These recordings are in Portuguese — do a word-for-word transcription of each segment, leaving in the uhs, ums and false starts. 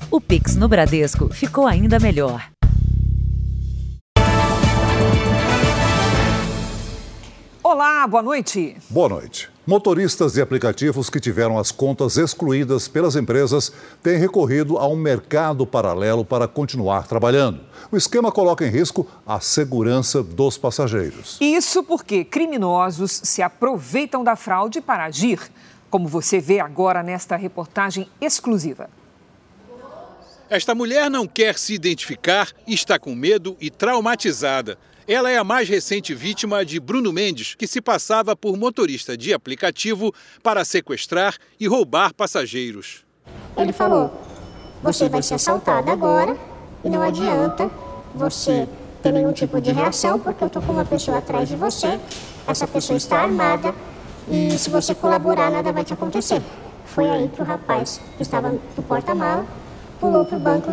O Pix no Bradesco ficou ainda melhor. Olá, boa noite. Boa noite. Motoristas de aplicativos que tiveram as contas excluídas pelas empresas têm recorrido a um mercado paralelo para continuar trabalhando. O esquema coloca em risco a segurança dos passageiros. Isso porque criminosos se aproveitam da fraude para agir, como você vê agora nesta reportagem exclusiva. Esta mulher não quer se identificar, está com medo e traumatizada. Ela é a mais recente vítima de Bruno Mendes, que se passava por motorista de aplicativo para sequestrar e roubar passageiros. Ele falou, você vai ser assaltada agora e não adianta você ter nenhum tipo de reação, porque eu estou com uma pessoa atrás de você, essa pessoa está armada e se você colaborar nada vai te acontecer. Foi aí que o rapaz que estava no porta-mala pulou para o banco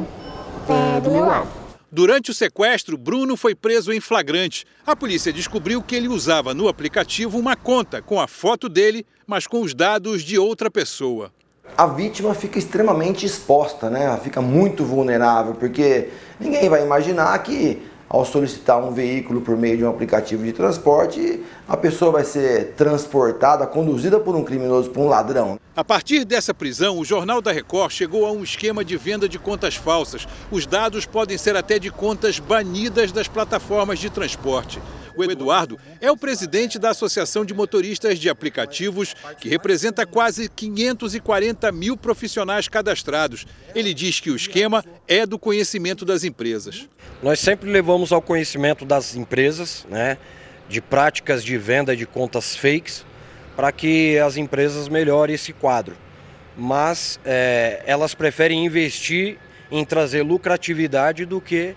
é, do meu lado. Durante o sequestro, Bruno foi preso em flagrante. A polícia descobriu que ele usava no aplicativo uma conta com a foto dele, mas com os dados de outra pessoa. A vítima fica extremamente exposta, né? Ela fica muito vulnerável, porque ninguém vai imaginar que ao solicitar um veículo por meio de um aplicativo de transporte, a pessoa vai ser transportada, conduzida por um criminoso, por um ladrão. A partir dessa prisão, o Jornal da Record chegou a um esquema de venda de contas falsas. Os dados podem ser até de contas banidas das plataformas de transporte. O Eduardo é o presidente da Associação de Motoristas de Aplicativos, que representa quase quinhentos e quarenta mil profissionais cadastrados. Ele diz que o esquema é do conhecimento das empresas. Nós sempre levamos ao conhecimento das empresas, né, de práticas de venda de contas fakes, para que as empresas melhorem esse quadro. Mas é, elas preferem investir em trazer lucratividade do que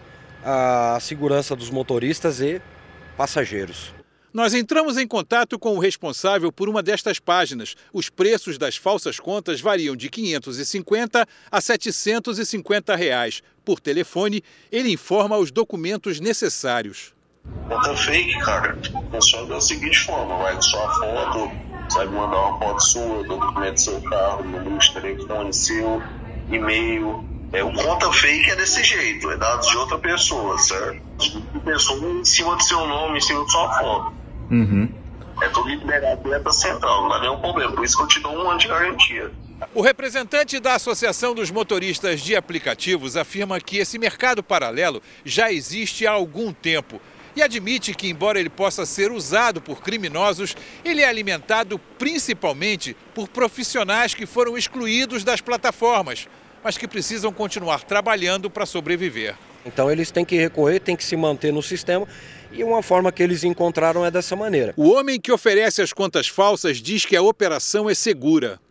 a segurança dos motoristas e passageiros. Nós entramos em contato com o responsável por uma destas páginas. Os preços das falsas contas variam de quinhentos e cinquenta a setecentos e cinquenta reais. Por telefone, ele informa os documentos necessários. Conta fake, cara, funciona da seguinte forma: vai sua foto, você vai mandar uma foto sua, documento do seu carro, número de telefone seu, e-mail. É, o conta fake é desse jeito, é dados de outra pessoa, certo? De pessoa em cima do seu nome, em cima da sua foto. Uhum. É tudo liberado dentro da central, não dá nenhum problema, por isso que eu te dou um ano de garantia. O representante da Associação dos Motoristas de Aplicativos afirma que esse mercado paralelo já existe há algum tempo e admite que, embora ele possa ser usado por criminosos, ele é alimentado principalmente por profissionais que foram excluídos das plataformas, mas que precisam continuar trabalhando para sobreviver. Então eles têm que recorrer, têm que se manter no sistema e uma forma que eles encontraram é dessa maneira. O homem que oferece as contas falsas diz que a operação é segura.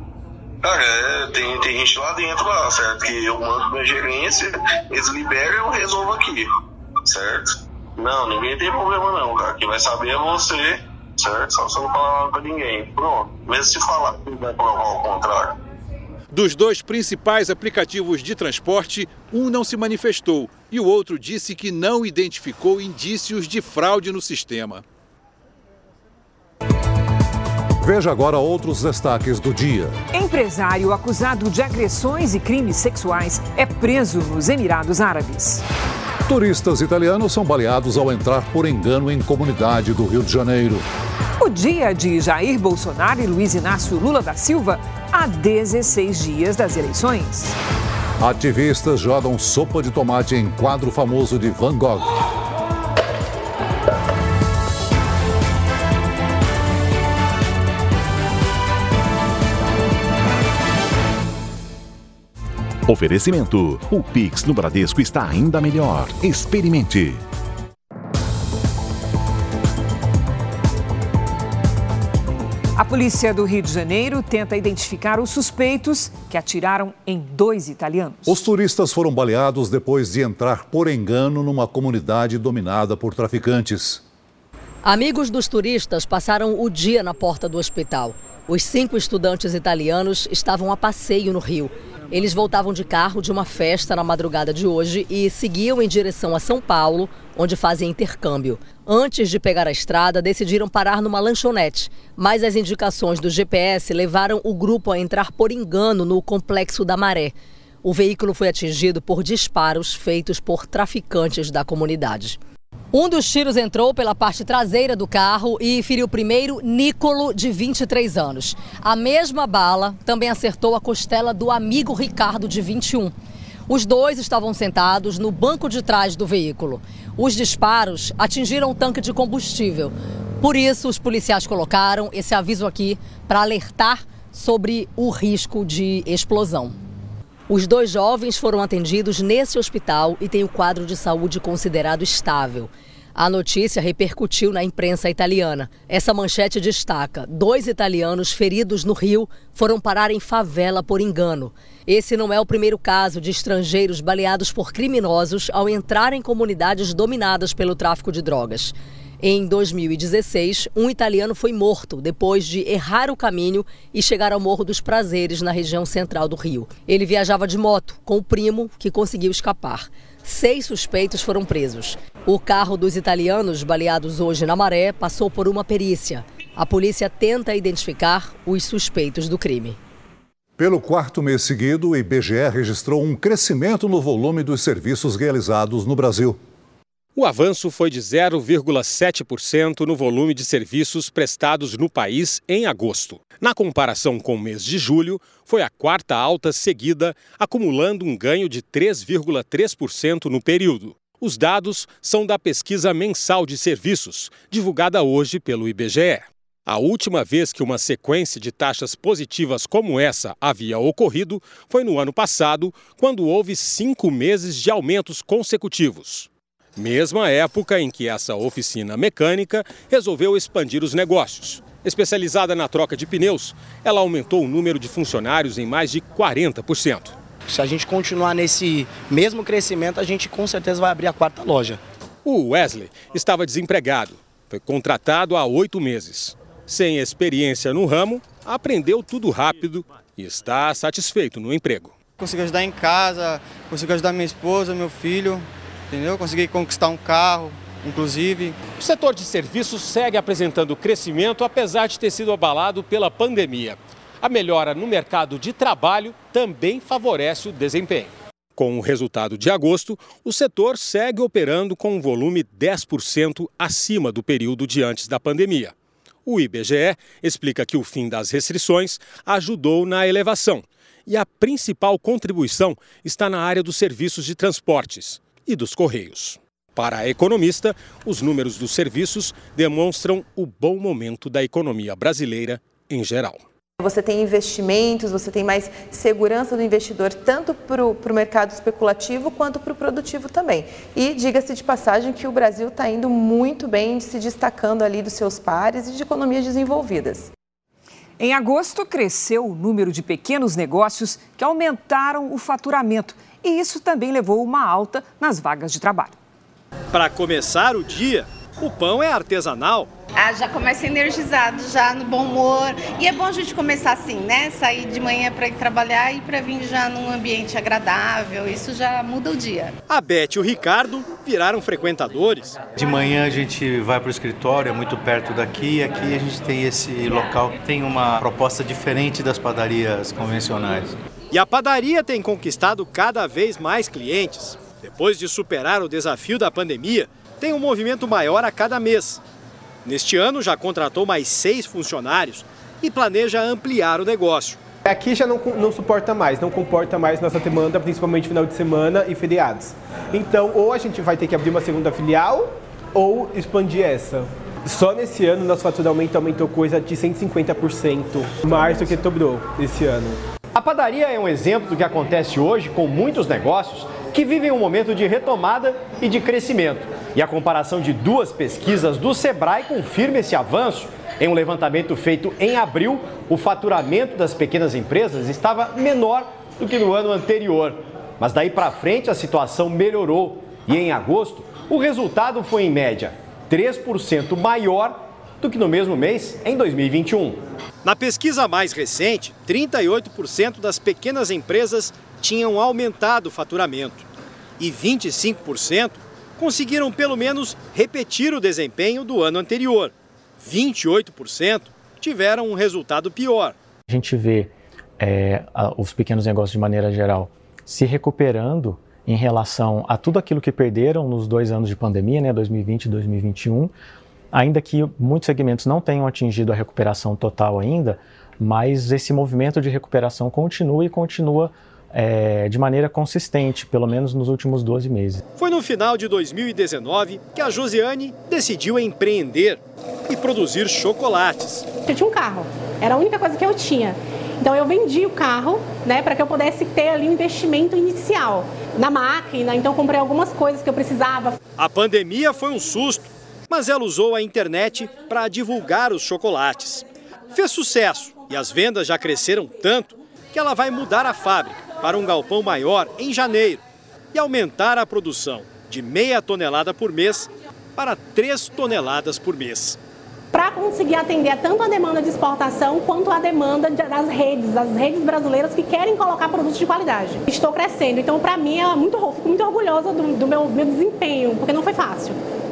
Cara, é, tem, tem gente lá dentro, lá, certo? Que eu mando minha gerência, eles liberam e eu resolvo aqui, certo? Não, ninguém tem problema não, cara. Quem vai saber é você, certo? Só você não falar nada pra ninguém. Pronto. Mesmo se falar, vai provar o contrário. Dos dois principais aplicativos de transporte, um não se manifestou e o outro disse que não identificou indícios de fraude no sistema. Veja agora outros destaques do dia. Empresário acusado de agressões e crimes sexuais é preso nos Emirados Árabes. Turistas italianos são baleados ao entrar por engano em comunidade do Rio de Janeiro. O dia de Jair Bolsonaro e Luiz Inácio Lula da Silva há dezesseis dias das eleições. Ativistas jogam sopa de tomate em quadro famoso de Van Gogh. Oferecimento: o Pix no Bradesco está ainda melhor. Experimente. A polícia do Rio de Janeiro tenta identificar os suspeitos que atiraram em dois italianos. Os turistas foram baleados depois de entrar por engano numa comunidade dominada por traficantes. Amigos dos turistas passaram o dia na porta do hospital. Os cinco estudantes italianos estavam a passeio no Rio. Eles voltavam de carro de uma festa na madrugada de hoje e seguiam em direção a São Paulo, onde fazem intercâmbio. Antes de pegar a estrada, decidiram parar numa lanchonete, mas as indicações do G P S levaram o grupo a entrar por engano no Complexo da Maré. O veículo foi atingido por disparos feitos por traficantes da comunidade. Um dos tiros entrou pela parte traseira do carro e feriu primeiro Nicolo, de vinte e três anos. A mesma bala também acertou a costela do amigo Ricardo, de vinte e um. Os dois estavam sentados no banco de trás do veículo. Os disparos atingiram o tanque de combustível. Por isso, os policiais colocaram esse aviso aqui para alertar sobre o risco de explosão. Os dois jovens foram atendidos nesse hospital e têm o quadro de saúde considerado estável. A notícia repercutiu na imprensa italiana. Essa manchete destaca: dois italianos feridos no Rio foram parar em favela por engano. Esse não é o primeiro caso de estrangeiros baleados por criminosos ao entrar em comunidades dominadas pelo tráfico de drogas. Em dois mil e dezesseis, um italiano foi morto depois de errar o caminho e chegar ao Morro dos Prazeres, na região central do Rio. Ele viajava de moto com o primo, que conseguiu escapar. Seis suspeitos foram presos. O carro dos italianos, baleados hoje na Maré, passou por uma perícia. A polícia tenta identificar os suspeitos do crime. Pelo quarto mês seguido, o I B G E registrou um crescimento no volume dos serviços realizados no Brasil. O avanço foi de zero vírgula sete por cento no volume de serviços prestados no país em agosto. Na comparação com o mês de julho, foi a quarta alta seguida, acumulando um ganho de três vírgula três por cento no período. Os dados são da pesquisa mensal de serviços, divulgada hoje pelo I B G E. A última vez que uma sequência de taxas positivas como essa havia ocorrido foi no ano passado, quando houve cinco meses de aumentos consecutivos. Mesma época em que essa oficina mecânica resolveu expandir os negócios. Especializada na troca de pneus, ela aumentou o número de funcionários em mais de quarenta por cento. Se a gente continuar nesse mesmo crescimento, a gente com certeza vai abrir a quarta loja. O Wesley estava desempregado. Foi contratado há oito meses. Sem experiência no ramo, aprendeu tudo rápido e está satisfeito no emprego. Consigo ajudar em casa, consigo ajudar minha esposa, meu filho. Entendeu? Consegui conquistar um carro, inclusive. O setor de serviços segue apresentando crescimento, apesar de ter sido abalado pela pandemia. A melhora no mercado de trabalho também favorece o desempenho. Com o resultado de agosto, o setor segue operando com um volume dez por cento acima do período de antes da pandemia. O I B G E explica que o fim das restrições ajudou na elevação. E a principal contribuição está na área dos serviços de transportes e dos Correios. Para a economista, os números dos serviços demonstram o bom momento da economia brasileira em geral. Você tem investimentos, você tem mais segurança do investidor, tanto para o mercado especulativo quanto para o produtivo também. E diga-se de passagem que o Brasil está indo muito bem, se destacando ali dos seus pares e de economias desenvolvidas. Em agosto, cresceu o número de pequenos negócios que aumentaram o faturamento. E isso também levou uma alta nas vagas de trabalho. Para começar o dia, o pão é artesanal. Ah, já começa energizado, já no bom humor. E é bom a gente começar assim, né? Sair de manhã para ir trabalhar e para vir já num ambiente agradável. Isso já muda o dia. A Beth e o Ricardo viraram frequentadores. De manhã a gente vai para o escritório, é muito perto daqui. Aqui a gente tem esse local que tem uma proposta diferente das padarias convencionais. E a padaria tem conquistado cada vez mais clientes. Depois de superar o desafio da pandemia, tem um movimento maior a cada mês. Neste ano já contratou mais seis funcionários e planeja ampliar o negócio. Aqui já não, não suporta mais, não comporta mais nossa demanda, principalmente final de semana e feriados. Então, ou a gente vai ter que abrir uma segunda filial ou expandir essa. Só nesse ano nosso faturamento aumentou coisa de cento e cinquenta por cento, mais do que dobrou esse ano. A padaria é um exemplo do que acontece hoje com muitos negócios que vivem um momento de retomada e de crescimento. E a comparação de duas pesquisas do Sebrae confirma esse avanço. Em um levantamento feito em abril, o faturamento das pequenas empresas estava menor do que no ano anterior. Mas daí para frente a situação melhorou e em agosto o resultado foi em média três por cento maior do que no mesmo mês em dois mil e vinte e um. Na pesquisa mais recente, trinta e oito por cento das pequenas empresas tinham aumentado o faturamento e vinte e cinco por cento conseguiram pelo menos repetir o desempenho do ano anterior. vinte e oito por cento tiveram um resultado pior. A gente vê é, os pequenos negócios de maneira geral se recuperando em relação a tudo aquilo que perderam nos dois anos de pandemia, né, dois mil e vinte e dois mil e vinte e um, ainda que muitos segmentos não tenham atingido a recuperação total ainda, mas esse movimento de recuperação continua e continua é, de maneira consistente, pelo menos nos últimos doze meses. Foi no final de dois mil e dezenove que a Josiane decidiu empreender e produzir chocolates. Eu tinha um carro, era a única coisa que eu tinha. Então eu vendi o carro, né, para que eu pudesse ter ali um investimento inicial na máquina, então comprei algumas coisas que eu precisava. A pandemia foi um susto, mas ela usou a internet para divulgar os chocolates. Fez sucesso e as vendas já cresceram tanto que ela vai mudar a fábrica para um galpão maior em janeiro e aumentar a produção de meia tonelada por mês para três toneladas por mês. Para conseguir atender tanto a demanda de exportação quanto a demanda das redes, das redes brasileiras que querem colocar produtos de qualidade. Estou crescendo, então para mim é muito, fico muito orgulhosa do, do meu, meu desempenho, porque não foi fácil.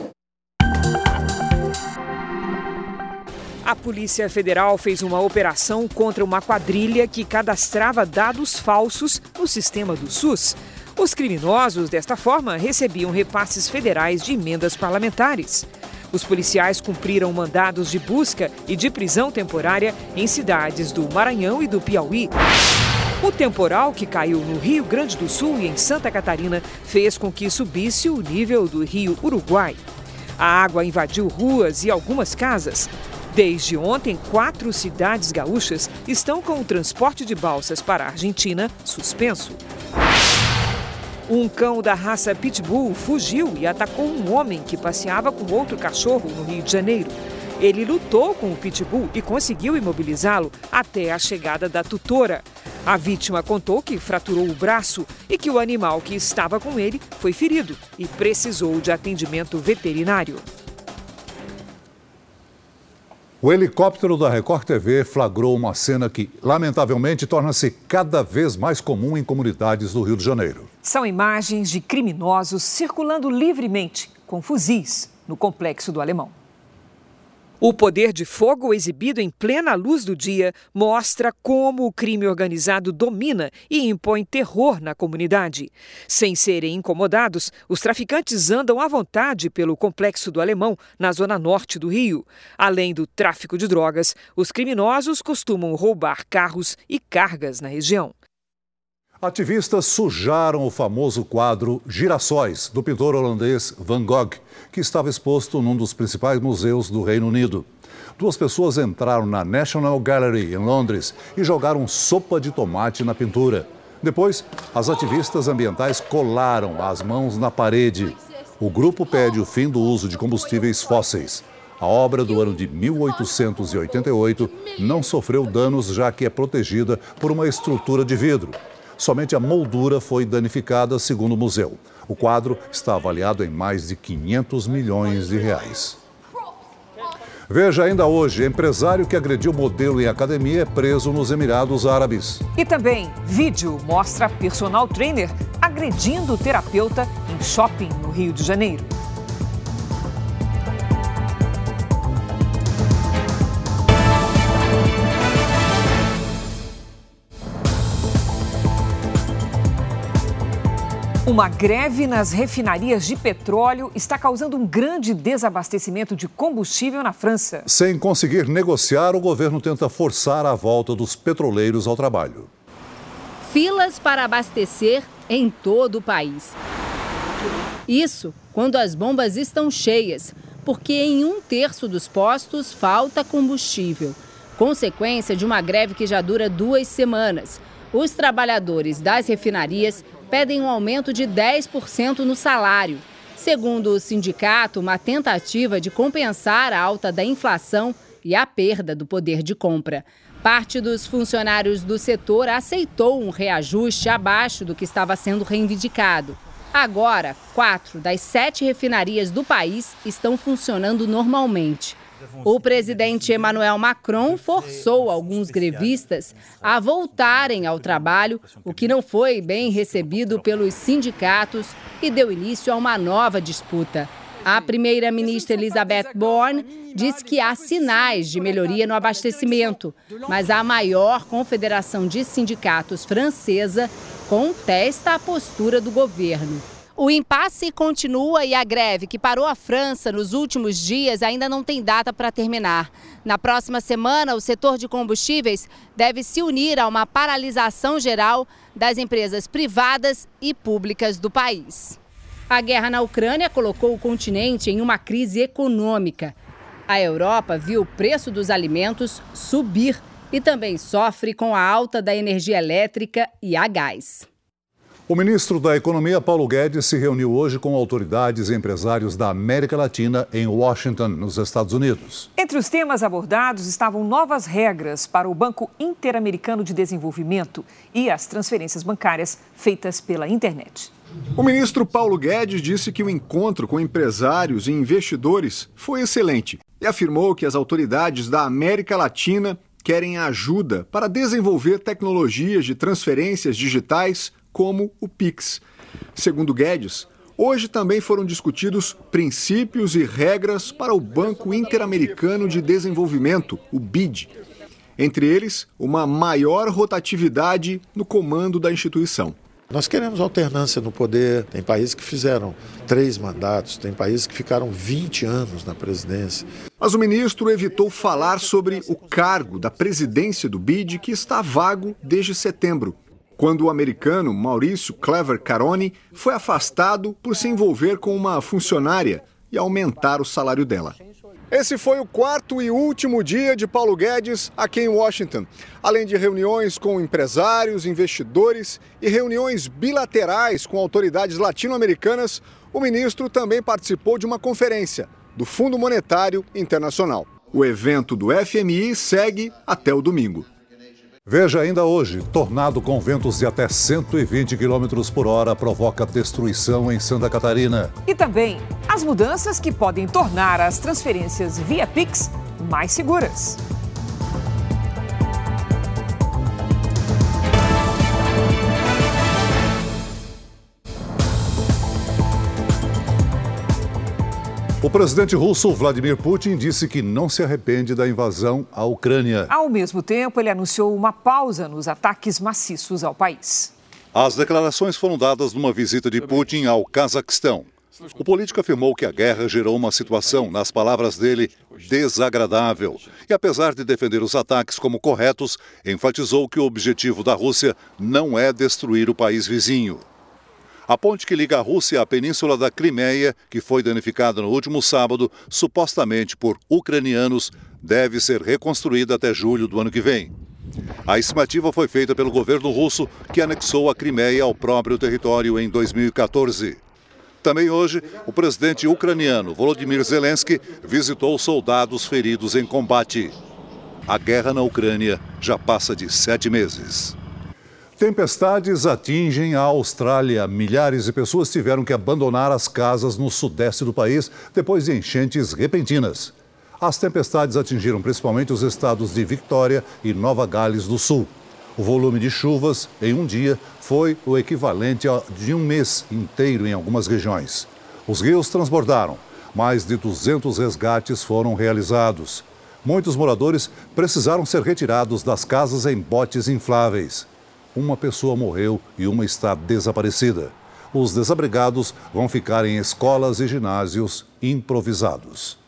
A Polícia Federal fez uma operação contra uma quadrilha que cadastrava dados falsos no sistema do SUS. Os criminosos, desta forma, recebiam repasses federais de emendas parlamentares. Os policiais cumpriram mandados de busca e de prisão temporária em cidades do Maranhão e do Piauí. O temporal que caiu no Rio Grande do Sul e em Santa Catarina fez com que subisse o nível do Rio Uruguai. A água invadiu ruas e algumas casas. Desde ontem, quatro cidades gaúchas estão com o transporte de balsas para a Argentina suspenso. Um cão da raça Pitbull fugiu e atacou um homem que passeava com outro cachorro no Rio de Janeiro. Ele lutou com o Pitbull e conseguiu imobilizá-lo até a chegada da tutora. A vítima contou que fraturou o braço e que o animal que estava com ele foi ferido e precisou de atendimento veterinário. O helicóptero da Record T V flagrou uma cena que, lamentavelmente, torna-se cada vez mais comum em comunidades do Rio de Janeiro. São imagens de criminosos circulando livremente com fuzis no Complexo do Alemão. O poder de fogo exibido em plena luz do dia mostra como o crime organizado domina e impõe terror na comunidade. Sem serem incomodados, os traficantes andam à vontade pelo Complexo do Alemão, na zona norte do Rio. Além do tráfico de drogas, os criminosos costumam roubar carros e cargas na região. Ativistas sujaram o famoso quadro Girassóis, do pintor holandês Van Gogh, que estava exposto num dos principais museus do Reino Unido. Duas pessoas entraram na National Gallery, em Londres, e jogaram sopa de tomate na pintura. Depois, as ativistas ambientais colaram as mãos na parede. O grupo pede o fim do uso de combustíveis fósseis. A obra do ano de mil oitocentos e oitenta e oito não sofreu danos, já que é protegida por uma estrutura de vidro. Somente a moldura foi danificada, segundo o museu. O quadro está avaliado em mais de quinhentos milhões de reais. Veja ainda hoje, empresário que agrediu modelo em academia é preso nos Emirados Árabes. E também, vídeo mostra personal trainer agredindo terapeuta em shopping no Rio de Janeiro. Uma greve nas refinarias de petróleo está causando um grande desabastecimento de combustível na França. Sem conseguir negociar, o governo tenta forçar a volta dos petroleiros ao trabalho. Filas para abastecer em todo o país. Isso quando as bombas estão cheias, porque em um terço dos postos falta combustível. Consequência de uma greve que já dura duas semanas. Os trabalhadores das refinarias pedem um aumento de dez por cento no salário. Segundo o sindicato, uma tentativa de compensar a alta da inflação e a perda do poder de compra. Parte dos funcionários do setor aceitou um reajuste abaixo do que estava sendo reivindicado. Agora, quatro das sete refinarias do país estão funcionando normalmente. O presidente Emmanuel Macron forçou alguns grevistas a voltarem ao trabalho, o que não foi bem recebido pelos sindicatos e deu início a uma nova disputa. A primeira-ministra Elisabeth Borne disse que há sinais de melhoria no abastecimento, mas a maior confederação de sindicatos francesa contesta a postura do governo. O impasse continua e a greve, que parou a França nos últimos dias, ainda não tem data para terminar. Na próxima semana, o setor de combustíveis deve se unir a uma paralisação geral das empresas privadas e públicas do país. A guerra na Ucrânia colocou o continente em uma crise econômica. A Europa viu o preço dos alimentos subir e também sofre com a alta da energia elétrica e a gás. O ministro da Economia, Paulo Guedes, se reuniu hoje com autoridades e empresários da América Latina em Washington, nos Estados Unidos. Entre os temas abordados estavam novas regras para o Banco Interamericano de Desenvolvimento e as transferências bancárias feitas pela internet. O ministro Paulo Guedes disse que o encontro com empresários e investidores foi excelente e afirmou que as autoridades da América Latina querem ajuda para desenvolver tecnologias de transferências digitais como o Pix. Segundo Guedes, hoje também foram discutidos princípios e regras para o Banco Interamericano de Desenvolvimento, o B I D. Entre eles, uma maior rotatividade no comando da instituição. Nós queremos alternância no poder. Tem países que fizeram três mandatos, tem países que ficaram vinte anos na presidência. Mas o ministro evitou falar sobre o cargo da presidência do B I D, que está vago desde setembro, quando o americano Maurício Clever Carone foi afastado por se envolver com uma funcionária e aumentar o salário dela. Esse foi o quarto e último dia de Paulo Guedes aqui em Washington. Além de reuniões com empresários, investidores e reuniões bilaterais com autoridades latino-americanas, o ministro também participou de uma conferência do Fundo Monetário Internacional. O evento do F M I segue até o domingo. Veja ainda hoje, tornado com ventos de até cento e vinte quilômetros por hora provoca destruição em Santa Catarina. E também as mudanças que podem tornar as transferências via Pix mais seguras. O presidente russo Vladimir Putin disse que não se arrepende da invasão à Ucrânia. Ao mesmo tempo, ele anunciou uma pausa nos ataques maciços ao país. As declarações foram dadas numa visita de Putin ao Cazaquistão. O político afirmou que a guerra gerou uma situação, nas palavras dele, desagradável. E apesar de defender os ataques como corretos, enfatizou que o objetivo da Rússia não é destruir o país vizinho. A ponte que liga a Rússia à península da Crimeia, que foi danificada no último sábado, supostamente por ucranianos, deve ser reconstruída até julho do ano que vem. A estimativa foi feita pelo governo russo, que anexou a Crimeia ao próprio território em dois mil e quatorze. Também hoje, o presidente ucraniano Volodymyr Zelensky visitou soldados feridos em combate. A guerra na Ucrânia já passa de sete meses. Tempestades atingem a Austrália. Milhares de pessoas tiveram que abandonar as casas no sudeste do país depois de enchentes repentinas. As tempestades atingiram principalmente os estados de Victoria e Nova Gales do Sul. O volume de chuvas em um dia foi o equivalente a de um mês inteiro em algumas regiões. Os rios transbordaram. Mais de duzentos resgates foram realizados. Muitos moradores precisaram ser retirados das casas em botes infláveis. Uma pessoa morreu e uma está desaparecida. Os desabrigados vão ficar em escolas e ginásios improvisados.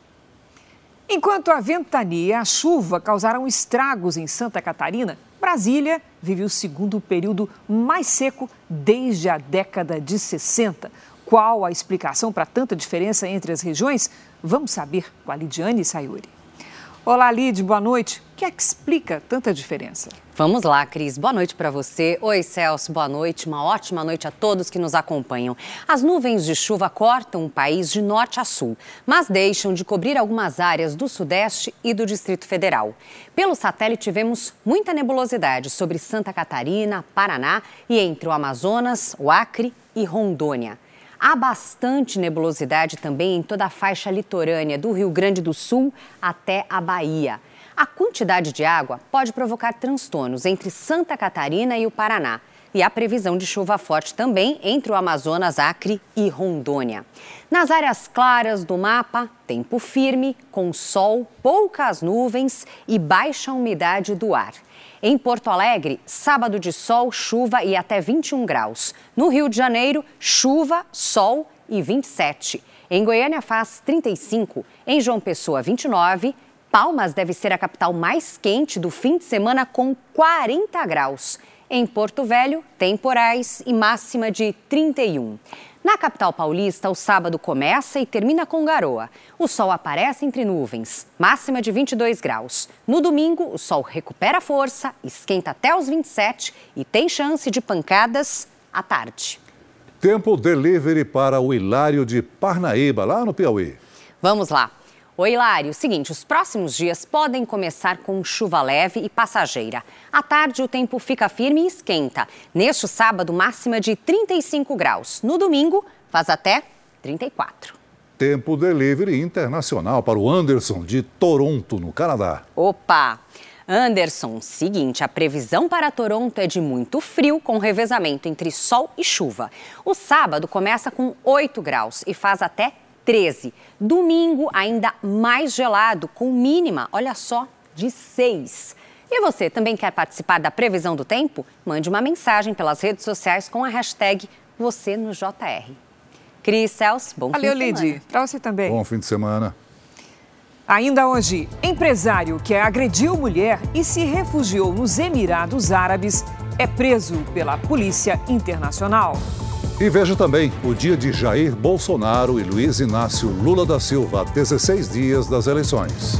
Enquanto a ventania e a chuva causaram estragos em Santa Catarina, Brasília vive o segundo período mais seco desde a década de sessenta. Qual a explicação para tanta diferença entre as regiões? Vamos saber com a Lidiane Sayuri. Olá, Lid, boa noite. O que é que explica tanta diferença? Vamos lá, Cris. Boa noite para você. Oi, Celso. Boa noite. Uma ótima noite a todos que nos acompanham. As nuvens de chuva cortam o país de norte a sul, mas deixam de cobrir algumas áreas do Sudeste e do Distrito Federal. Pelo satélite, vemos muita nebulosidade sobre Santa Catarina, Paraná e entre o Amazonas, o Acre e Rondônia. Há bastante nebulosidade também em toda a faixa litorânea do Rio Grande do Sul até a Bahia. A quantidade de água pode provocar transtornos entre Santa Catarina e o Paraná. E há previsão de chuva forte também entre o Amazonas, Acre e Rondônia. Nas áreas claras do mapa, tempo firme, com sol, poucas nuvens e baixa umidade do ar. Em Porto Alegre, sábado de sol, chuva e até vinte e um graus. No Rio de Janeiro, chuva, sol e vinte e sete. Em Goiânia faz trinta e cinco. Em João Pessoa, vinte e nove. Palmas deve ser a capital mais quente do fim de semana com quarenta graus. Em Porto Velho, temporais e máxima de trinta e um. Na capital paulista, o sábado começa e termina com garoa. O sol aparece entre nuvens, máxima de vinte e dois graus. No domingo, o sol recupera força, esquenta até os vinte e sete e tem chance de pancadas à tarde. Tempo delivery para o Hilário de Parnaíba, lá no Piauí. Vamos lá. Oi, Hilário. Seguinte, os próximos dias podem começar com chuva leve e passageira. À tarde, o tempo fica firme e esquenta. Neste sábado, máxima de trinta e cinco graus. No domingo, faz até trinta e quatro. Tempo delivery internacional para o Anderson, de Toronto, no Canadá. Opa! Anderson, seguinte, a previsão para Toronto é de muito frio, com revezamento entre sol e chuva. O sábado começa com oito graus e faz até treze. Domingo, ainda mais gelado, com mínima, olha só, de seis. E você também quer participar da previsão do tempo? Mande uma mensagem pelas redes sociais com a hashtag você no J R. Cris, Celso, bom Valeu, fim de semana. Lidi. Para você também. Bom fim de semana. Ainda hoje, empresário que agrediu mulher e se refugiou nos Emirados Árabes é preso pela Polícia Internacional. E veja também o dia de Jair Bolsonaro e Luiz Inácio Lula da Silva, a dezesseis dias das eleições.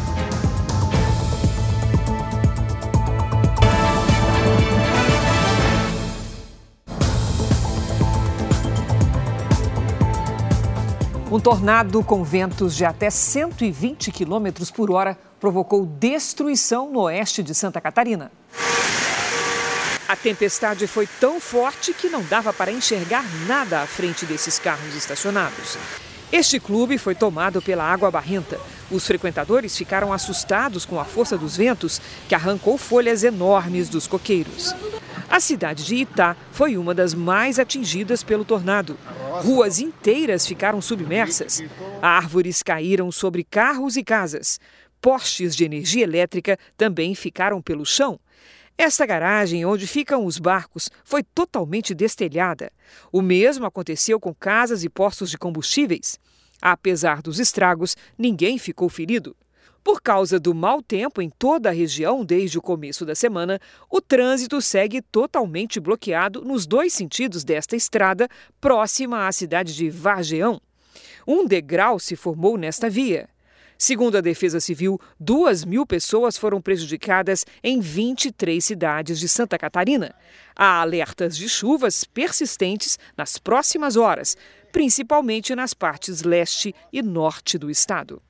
Um tornado com ventos de até cento e vinte quilômetros por hora provocou destruição no oeste de Santa Catarina. A tempestade foi tão forte que não dava para enxergar nada à frente desses carros estacionados. Este clube foi tomado pela água barrenta. Os frequentadores ficaram assustados com a força dos ventos, que arrancou folhas enormes dos coqueiros. A cidade de Itá foi uma das mais atingidas pelo tornado. Ruas inteiras ficaram submersas. Árvores caíram sobre carros e casas. Postes de energia elétrica também ficaram pelo chão. Esta garagem, onde ficam os barcos, foi totalmente destelhada. O mesmo aconteceu com casas e postos de combustíveis. Apesar dos estragos, ninguém ficou ferido. Por causa do mau tempo em toda a região desde o começo da semana, o trânsito segue totalmente bloqueado nos dois sentidos desta estrada próxima à cidade de Vargeão. Um degrau se formou nesta via. Segundo a Defesa Civil, duas mil pessoas foram prejudicadas em vinte e três cidades de Santa Catarina. Há alertas de chuvas persistentes nas próximas horas, principalmente nas partes leste e norte do estado.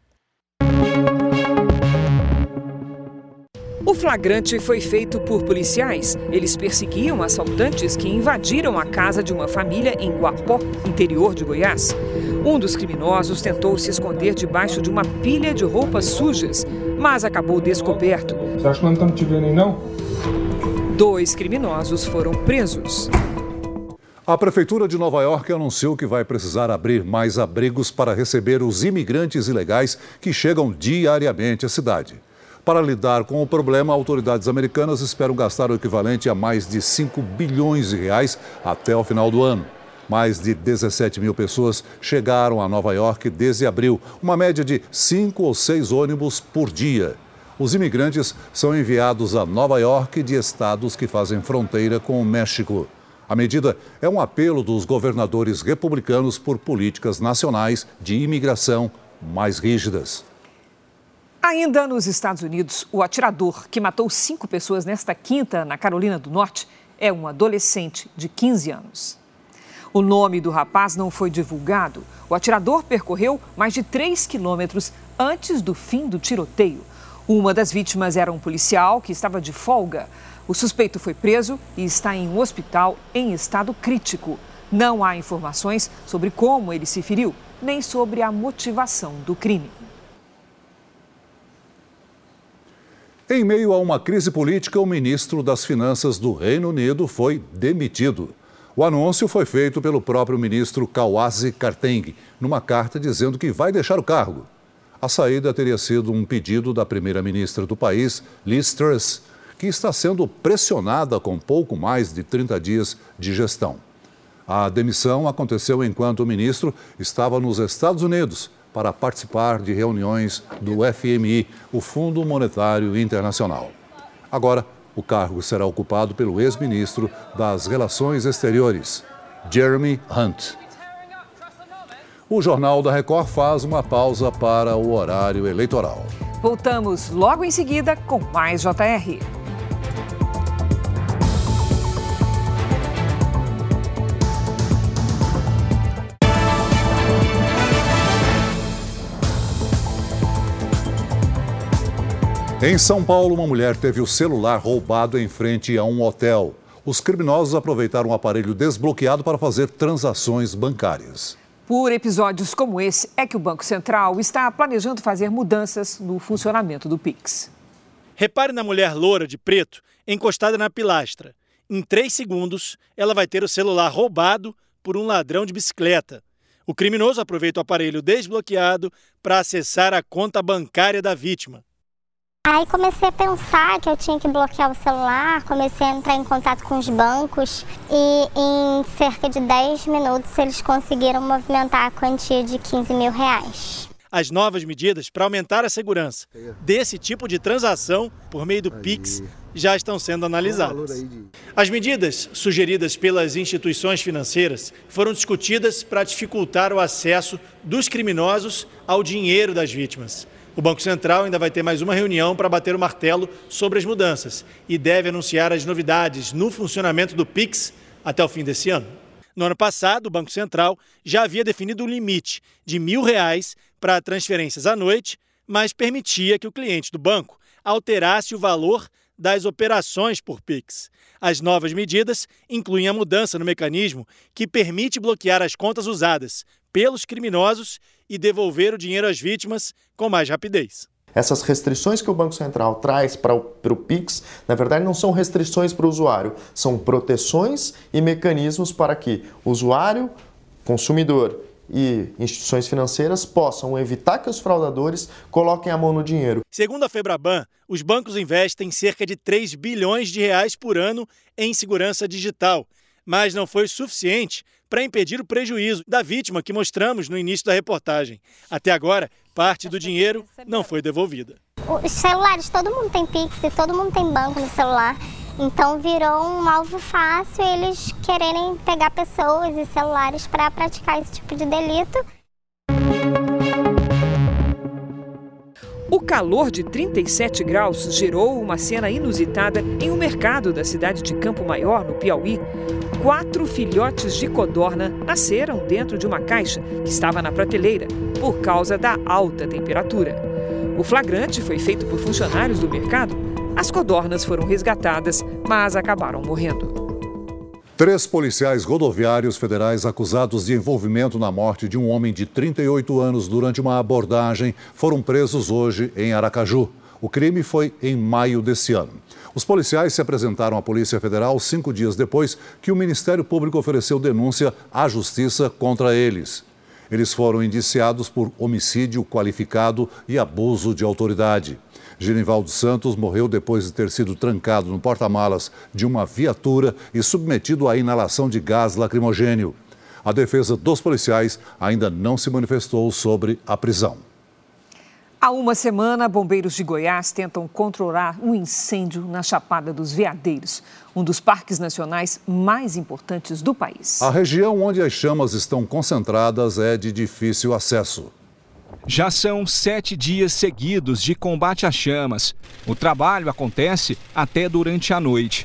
O flagrante foi feito por policiais. Eles perseguiam assaltantes que invadiram a casa de uma família em Guapó, interior de Goiás. Um dos criminosos tentou se esconder debaixo de uma pilha de roupas sujas, mas acabou descoberto. Você acha que nós não estamos te vendo aí, não? Dois criminosos foram presos. A Prefeitura de Nova York anunciou que vai precisar abrir mais abrigos para receber os imigrantes ilegais que chegam diariamente à cidade. Para lidar com o problema, autoridades americanas esperam gastar o equivalente a mais de cinco bilhões de reais até o final do ano. Mais de dezessete mil pessoas chegaram a Nova York desde abril, uma média de cinco ou seis ônibus por dia. Os imigrantes são enviados a Nova York de estados que fazem fronteira com o México. A medida é um apelo dos governadores republicanos por políticas nacionais de imigração mais rígidas. Ainda nos Estados Unidos, o atirador que matou cinco pessoas nesta quinta na Carolina do Norte é um adolescente de quinze anos. O nome do rapaz não foi divulgado. O atirador percorreu mais de três quilômetros antes do fim do tiroteio. Uma das vítimas era um policial que estava de folga. O suspeito foi preso e está em um hospital em estado crítico. Não há informações sobre como ele se feriu, nem sobre a motivação do crime. Em meio a uma crise política, o ministro das Finanças do Reino Unido foi demitido. O anúncio foi feito pelo próprio ministro Kwasi Kwarteng, numa carta dizendo que vai deixar o cargo. A saída teria sido um pedido da primeira-ministra do país, Liz Truss, que está sendo pressionada com pouco mais de trinta dias de gestão. A demissão aconteceu enquanto o ministro estava nos Estados Unidos para participar de reuniões do F M I, o Fundo Monetário Internacional. Agora, o cargo será ocupado pelo ex-ministro das Relações Exteriores, Jeremy Hunt. O Jornal da Record faz uma pausa para o horário eleitoral. Voltamos logo em seguida com mais J R. Em São Paulo, uma mulher teve o celular roubado em frente a um hotel. Os criminosos aproveitaram o aparelho desbloqueado para fazer transações bancárias. Por episódios como esse, é que o Banco Central está planejando fazer mudanças no funcionamento do Pix. Repare na mulher loura de preto encostada na pilastra. Em três segundos, ela vai ter o celular roubado por um ladrão de bicicleta. O criminoso aproveita o aparelho desbloqueado para acessar a conta bancária da vítima. Aí comecei a pensar que eu tinha que bloquear o celular, comecei a entrar em contato com os bancos e em cerca de dez minutos eles conseguiram movimentar a quantia de quinze mil reais. As novas medidas para aumentar a segurança desse tipo de transação por meio do Pix já estão sendo analisadas. As medidas sugeridas pelas instituições financeiras foram discutidas para dificultar o acesso dos criminosos ao dinheiro das vítimas. O Banco Central ainda vai ter mais uma reunião para bater o martelo sobre as mudanças e deve anunciar as novidades no funcionamento do Pix até o fim desse ano. No ano passado, o Banco Central já havia definido um limite de mil reais para transferências à noite, mas permitia que o cliente do banco alterasse o valor das operações por Pix. As novas medidas incluem a mudança no mecanismo que permite bloquear as contas usadas pelos criminosos e devolver o dinheiro às vítimas com mais rapidez. Essas restrições que o Banco Central traz para o, para o Pix, na verdade, não são restrições para o usuário, são proteções e mecanismos para que o usuário, consumidor e instituições financeiras possam evitar que os fraudadores coloquem a mão no dinheiro. Segundo a Febraban, os bancos investem cerca de três bilhões de reais por ano em segurança digital, mas não foi suficiente para impedir o prejuízo da vítima que mostramos no início da reportagem. Até agora, parte do dinheiro não foi devolvida. Os celulares, todo mundo tem Pix e todo mundo tem banco no celular. Então virou um alvo fácil eles quererem pegar pessoas e celulares para praticar esse tipo de delito. O calor de trinta e sete graus gerou uma cena inusitada em um mercado da cidade de Campo Maior, no Piauí. Quatro filhotes de codorna nasceram dentro de uma caixa que estava na prateleira por causa da alta temperatura. O flagrante foi feito por funcionários do mercado. As codornas foram resgatadas, mas acabaram morrendo. Três policiais rodoviários federais acusados de envolvimento na morte de um homem de trinta e oito anos durante uma abordagem foram presos hoje em Aracaju. O crime foi em maio desse ano. Os policiais se apresentaram à Polícia Federal cinco dias depois que o Ministério Público ofereceu denúncia à Justiça contra eles. Eles foram indiciados por homicídio qualificado e abuso de autoridade. Genivaldo Santos morreu depois de ter sido trancado no porta-malas de uma viatura e submetido à inalação de gás lacrimogênio. A defesa dos policiais ainda não se manifestou sobre a prisão. Há uma semana, bombeiros de Goiás tentam controlar um incêndio na Chapada dos Veadeiros, um dos parques nacionais mais importantes do país. A região onde as chamas estão concentradas é de difícil acesso. Já são sete dias seguidos de combate às chamas. O trabalho acontece até durante a noite.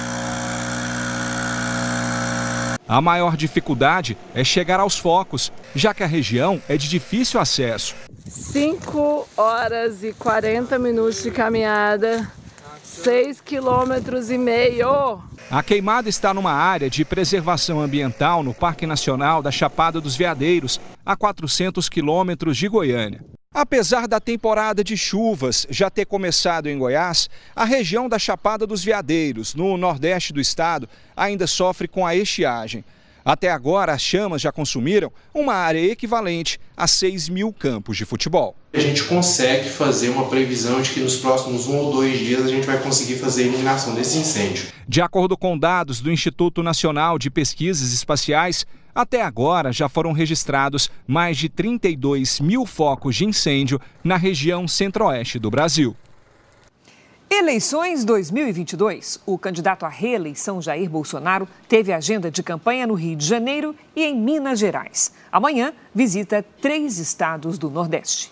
A maior dificuldade é chegar aos focos, já que a região é de difícil acesso. cinco horas e quarenta minutos de caminhada, seis quilômetros e meio. A queimada está numa área de preservação ambiental no Parque Nacional da Chapada dos Veadeiros, a quatrocentos quilômetros de Goiânia. Apesar da temporada de chuvas já ter começado em Goiás, a região da Chapada dos Veadeiros, no nordeste do estado, ainda sofre com a estiagem. Até agora, as chamas já consumiram uma área equivalente a seis mil campos de futebol. A gente consegue fazer uma previsão de que nos próximos um ou dois dias a gente vai conseguir fazer a eliminação desse incêndio. De acordo com dados do Instituto Nacional de Pesquisas Espaciais, até agora já foram registrados mais de trinta e dois mil focos de incêndio na região centro-oeste do Brasil. Eleições dois mil e vinte e dois. O candidato à reeleição Jair Bolsonaro teve agenda de campanha no Rio de Janeiro e em Minas Gerais. Amanhã visita três estados do Nordeste.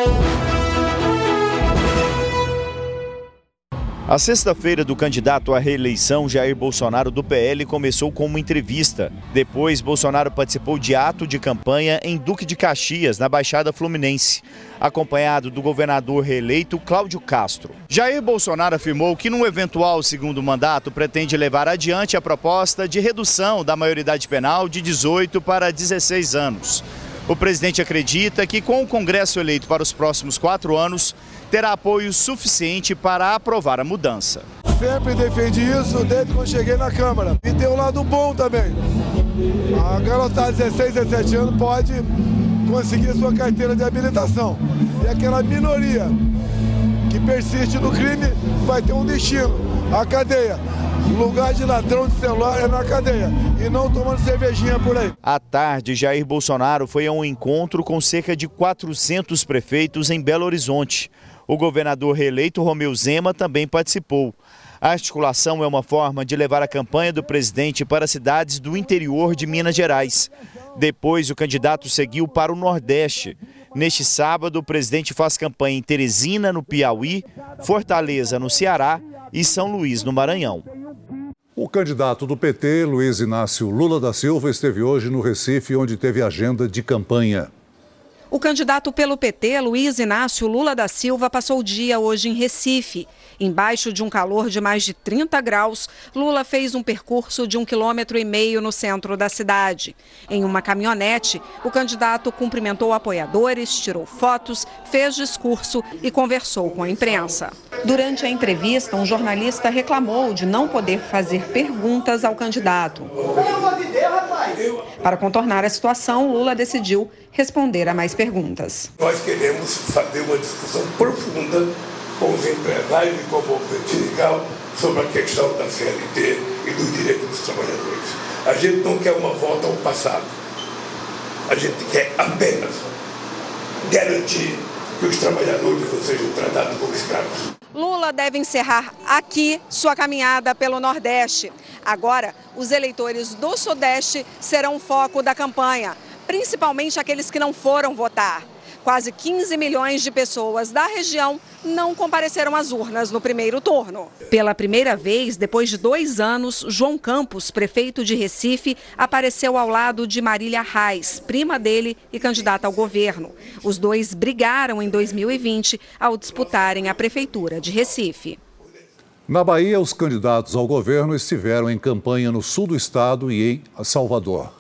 A sexta-feira do candidato à reeleição Jair Bolsonaro do P L começou com uma entrevista. Depois, Bolsonaro participou de ato de campanha em Duque de Caxias, na Baixada Fluminense, acompanhado do governador reeleito Cláudio Castro. Jair Bolsonaro afirmou que num eventual segundo mandato pretende levar adiante a proposta de redução da maioridade penal de dezoito para dezesseis anos. O presidente acredita que com o Congresso eleito para os próximos quatro anos, terá apoio suficiente para aprovar a mudança. Sempre defendi isso desde quando cheguei na Câmara. E tem um lado bom também. A garotada de dezesseis, dezessete anos pode conseguir sua carteira de habilitação. E aquela minoria que persiste no crime vai ter um destino, a cadeia. O lugar de ladrão de celular é na cadeia e não tomando cervejinha por aí. À tarde, Jair Bolsonaro foi a um encontro com cerca de quatrocentos prefeitos em Belo Horizonte. O governador reeleito Romeu Zema também participou. A articulação é uma forma de levar a campanha do presidente para cidades do interior de Minas Gerais. Depois, o candidato seguiu para o Nordeste. Neste sábado, o presidente faz campanha em Teresina, no Piauí, Fortaleza, no Ceará e São Luís, no Maranhão. O candidato do P T, Luiz Inácio Lula da Silva, esteve hoje no Recife, onde teve agenda de campanha. O candidato pelo P T, Luiz Inácio Lula da Silva, passou o dia hoje em Recife. Embaixo de um calor de mais de trinta graus, Lula fez um percurso de um quilômetro e meio no centro da cidade. Em uma caminhonete, o candidato cumprimentou apoiadores, tirou fotos, fez discurso e conversou com a imprensa. Durante a entrevista, um jornalista reclamou de não poder fazer perguntas ao candidato. Para contornar a situação, Lula decidiu responder a mais perguntas. Nós queremos fazer uma discussão profunda com os empresários e com o movimento sindical sobre a questão da C L T e do direito dos trabalhadores. A gente não quer uma volta ao passado. A gente quer apenas garantir que os trabalhadores não sejam tratados como escravos. Lula deve encerrar aqui sua caminhada pelo Nordeste. Agora, os eleitores do Sudeste serão o foco da campanha, principalmente aqueles que não foram votar. Quase quinze milhões de pessoas da região não compareceram às urnas no primeiro turno. Pela primeira vez, depois de dois anos, João Campos, prefeito de Recife, apareceu ao lado de Marília Reis, prima dele e candidata ao governo. Os dois brigaram em dois mil e vinte ao disputarem a prefeitura de Recife. Na Bahia, os candidatos ao governo estiveram em campanha no sul do estado e em Salvador.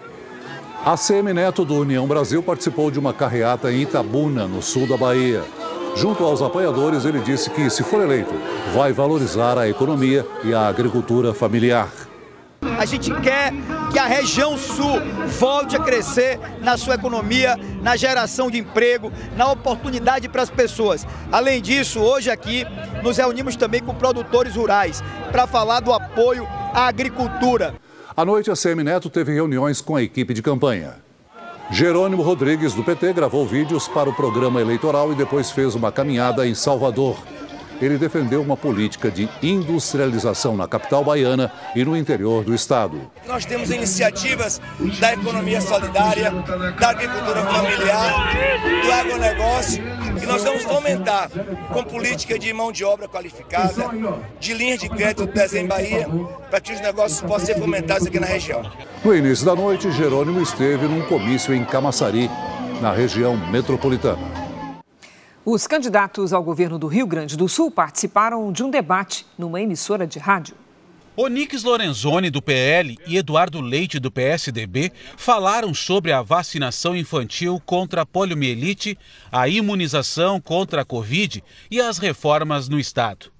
A C M Neto do União Brasil participou de uma carreata em Itabuna, no sul da Bahia. Junto aos apoiadores, ele disse que, se for eleito, vai valorizar a economia e a agricultura familiar. A gente quer que a região sul volte a crescer na sua economia, na geração de emprego, na oportunidade para as pessoas. Além disso, hoje aqui nos reunimos também com produtores rurais para falar do apoio à agricultura. À noite, a C M Neto teve reuniões com a equipe de campanha. Jerônimo Rodrigues, do P T, gravou vídeos para o programa eleitoral e depois fez uma caminhada em Salvador. Ele defendeu uma política de industrialização na capital baiana e no interior do estado. Nós temos iniciativas da economia solidária, da agricultura familiar, do agronegócio, que nós vamos fomentar com política de mão de obra qualificada, de linhas de crédito do Desenho Bahia, para que os negócios possam ser fomentados aqui na região. No início da noite, Jerônimo esteve num comício em Camaçari, na região metropolitana. Os candidatos ao governo do Rio Grande do Sul participaram de um debate numa emissora de rádio. Onix Lorenzoni, do P L, e Eduardo Leite, do P S D B, falaram sobre a vacinação infantil contra a poliomielite, a imunização contra a Covid e as reformas no estado.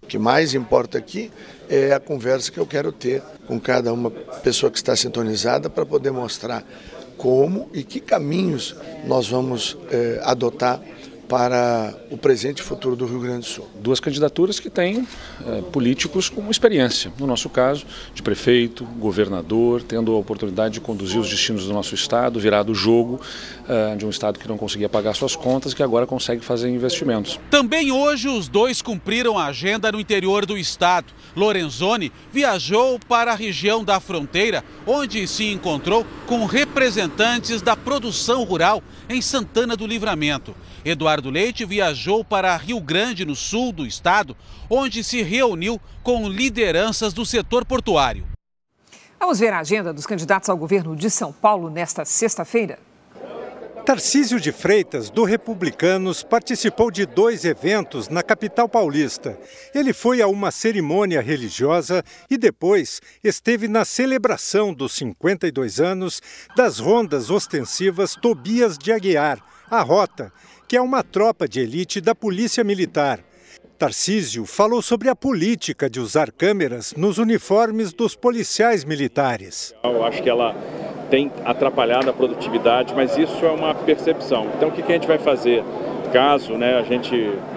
O que mais importa aqui é a conversa que eu quero ter com cada uma pessoa que está sintonizada para poder mostrar como e que caminhos nós vamos eh, adotar para o presente e futuro do Rio Grande do Sul. Duas candidaturas que têm é, políticos com experiência, no nosso caso, de prefeito, governador, tendo a oportunidade de conduzir os destinos do nosso estado, virado o jogo é, de um estado que não conseguia pagar suas contas e que agora consegue fazer investimentos. Também hoje os dois cumpriram a agenda no interior do estado. Lorenzoni viajou para a região da fronteira, onde se encontrou com representantes da produção rural em Santana do Livramento. Eduardo Leite viajou para Rio Grande, no sul do estado, onde se reuniu com lideranças do setor portuário. Vamos ver a agenda dos candidatos ao governo de São Paulo nesta sexta-feira. Tarcísio de Freitas, do Republicanos, participou de dois eventos na capital paulista. Ele foi a uma cerimônia religiosa e depois esteve na celebração dos cinquenta e dois anos das rondas ostensivas Tobias de Aguiar, a Rota, que é uma tropa de elite da Polícia Militar. Tarcísio falou sobre a política de usar câmeras nos uniformes dos policiais militares. Eu acho que ela tem atrapalhado a produtividade, mas isso é uma percepção. Então, o que a gente vai fazer caso né, a gente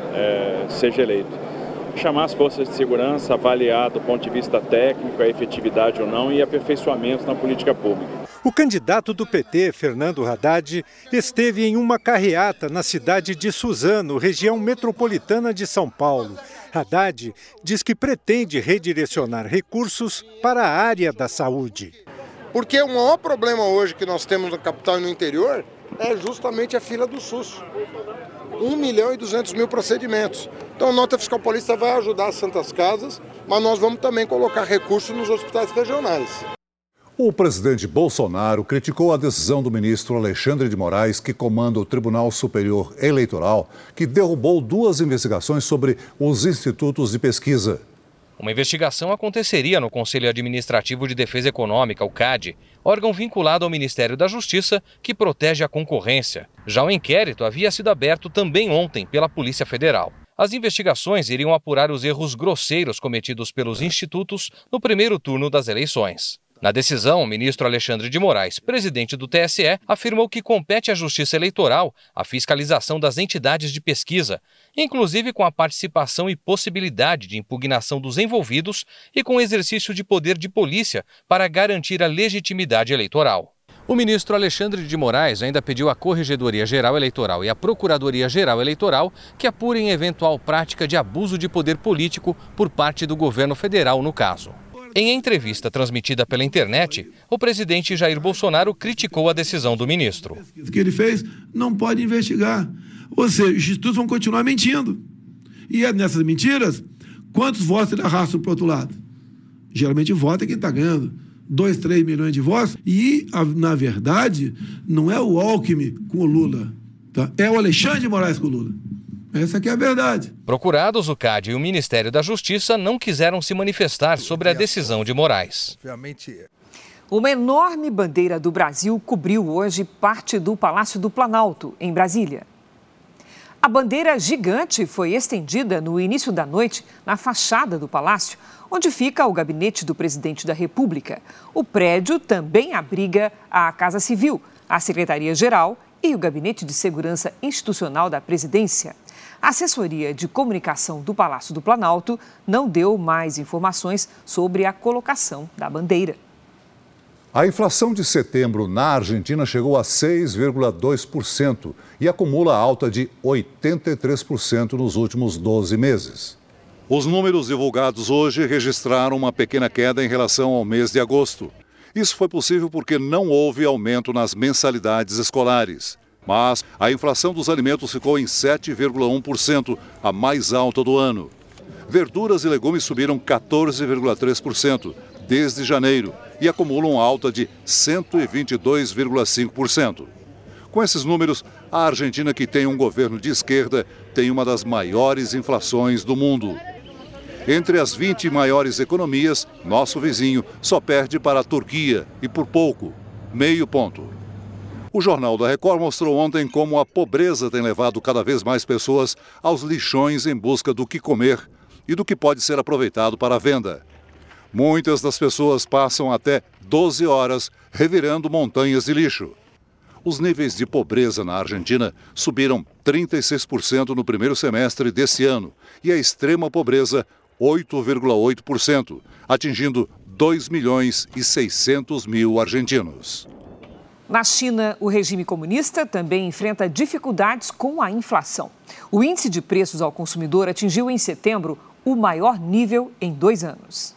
é, seja eleito? Chamar as forças de segurança, avaliar do ponto de vista técnico a efetividade ou não e aperfeiçoamentos na política pública. O candidato do P T, Fernando Haddad, esteve em uma carreata na cidade de Suzano, região metropolitana de São Paulo. Haddad diz que pretende redirecionar recursos para a área da saúde. Porque o maior problema hoje que nós temos na capital e no interior é justamente a fila do SUS. um milhão e duzentos mil procedimentos. Então a nota fiscal paulista vai ajudar as Santas Casas, mas nós vamos também colocar recursos nos hospitais regionais. O presidente Bolsonaro criticou a decisão do ministro Alexandre de Moraes, que comanda o Tribunal Superior Eleitoral, que derrubou duas investigações sobre os institutos de pesquisa. Uma investigação aconteceria no Conselho Administrativo de Defesa Econômica, o C A D, órgão vinculado ao Ministério da Justiça, que protege a concorrência. Já o inquérito havia sido aberto também ontem pela Polícia Federal. As investigações iriam apurar os erros grosseiros cometidos pelos institutos no primeiro turno das eleições. Na decisão, o ministro Alexandre de Moraes, presidente do T S E, afirmou que compete à Justiça Eleitoral a fiscalização das entidades de pesquisa, inclusive com a participação e possibilidade de impugnação dos envolvidos e com exercício de poder de polícia para garantir a legitimidade eleitoral. O ministro Alexandre de Moraes ainda pediu à Corregedoria Geral Eleitoral e à Procuradoria Geral Eleitoral que apurem eventual prática de abuso de poder político por parte do governo federal no caso. Em entrevista transmitida pela internet, o presidente Jair Bolsonaro criticou a decisão do ministro. O que ele fez não pode investigar. Ou seja, os institutos vão continuar mentindo. E nessas mentiras, quantos votos ele arrasta para o outro lado? Geralmente vota quem está ganhando. dois, três milhões de votos. E, na verdade, não é o Alckmin com o Lula. Tá? É o Alexandre de Moraes com o Lula. Essa aqui é a verdade. Procurados, o C A D e o Ministério da Justiça não quiseram se manifestar sobre a decisão de Moraes. Uma enorme bandeira do Brasil cobriu hoje parte do Palácio do Planalto, em Brasília. A bandeira gigante foi estendida no início da noite na fachada do palácio, onde fica o gabinete do presidente da República. O prédio também abriga a Casa Civil, a Secretaria-Geral e o Gabinete de Segurança Institucional da Presidência. A assessoria de comunicação do Palácio do Planalto não deu mais informações sobre a colocação da bandeira. A inflação de setembro na Argentina chegou a seis vírgula dois por cento e acumula alta de oitenta e três por cento nos últimos doze meses. Os números divulgados hoje registraram uma pequena queda em relação ao mês de agosto. Isso foi possível porque não houve aumento nas mensalidades escolares. Mas a inflação dos alimentos ficou em sete vírgula um por cento, a mais alta do ano. Verduras e legumes subiram quatorze vírgula três por cento desde janeiro e acumulam alta de cento e vinte e dois vírgula cinco por cento. Com esses números, a Argentina, que tem um governo de esquerda, tem uma das maiores inflações do mundo. Entre as vinte maiores economias, nosso vizinho só perde para a Turquia, e por pouco, meio ponto. O Jornal da Record mostrou ontem como a pobreza tem levado cada vez mais pessoas aos lixões em busca do que comer e do que pode ser aproveitado para a venda. Muitas das pessoas passam até doze horas revirando montanhas de lixo. Os níveis de pobreza na Argentina subiram trinta e seis por cento no primeiro semestre desse ano e a extrema pobreza oito vírgula oito por cento, atingindo dois milhões e seiscentos mil argentinos. Na China, o regime comunista também enfrenta dificuldades com a inflação. O índice de preços ao consumidor atingiu em setembro o maior nível em dois anos.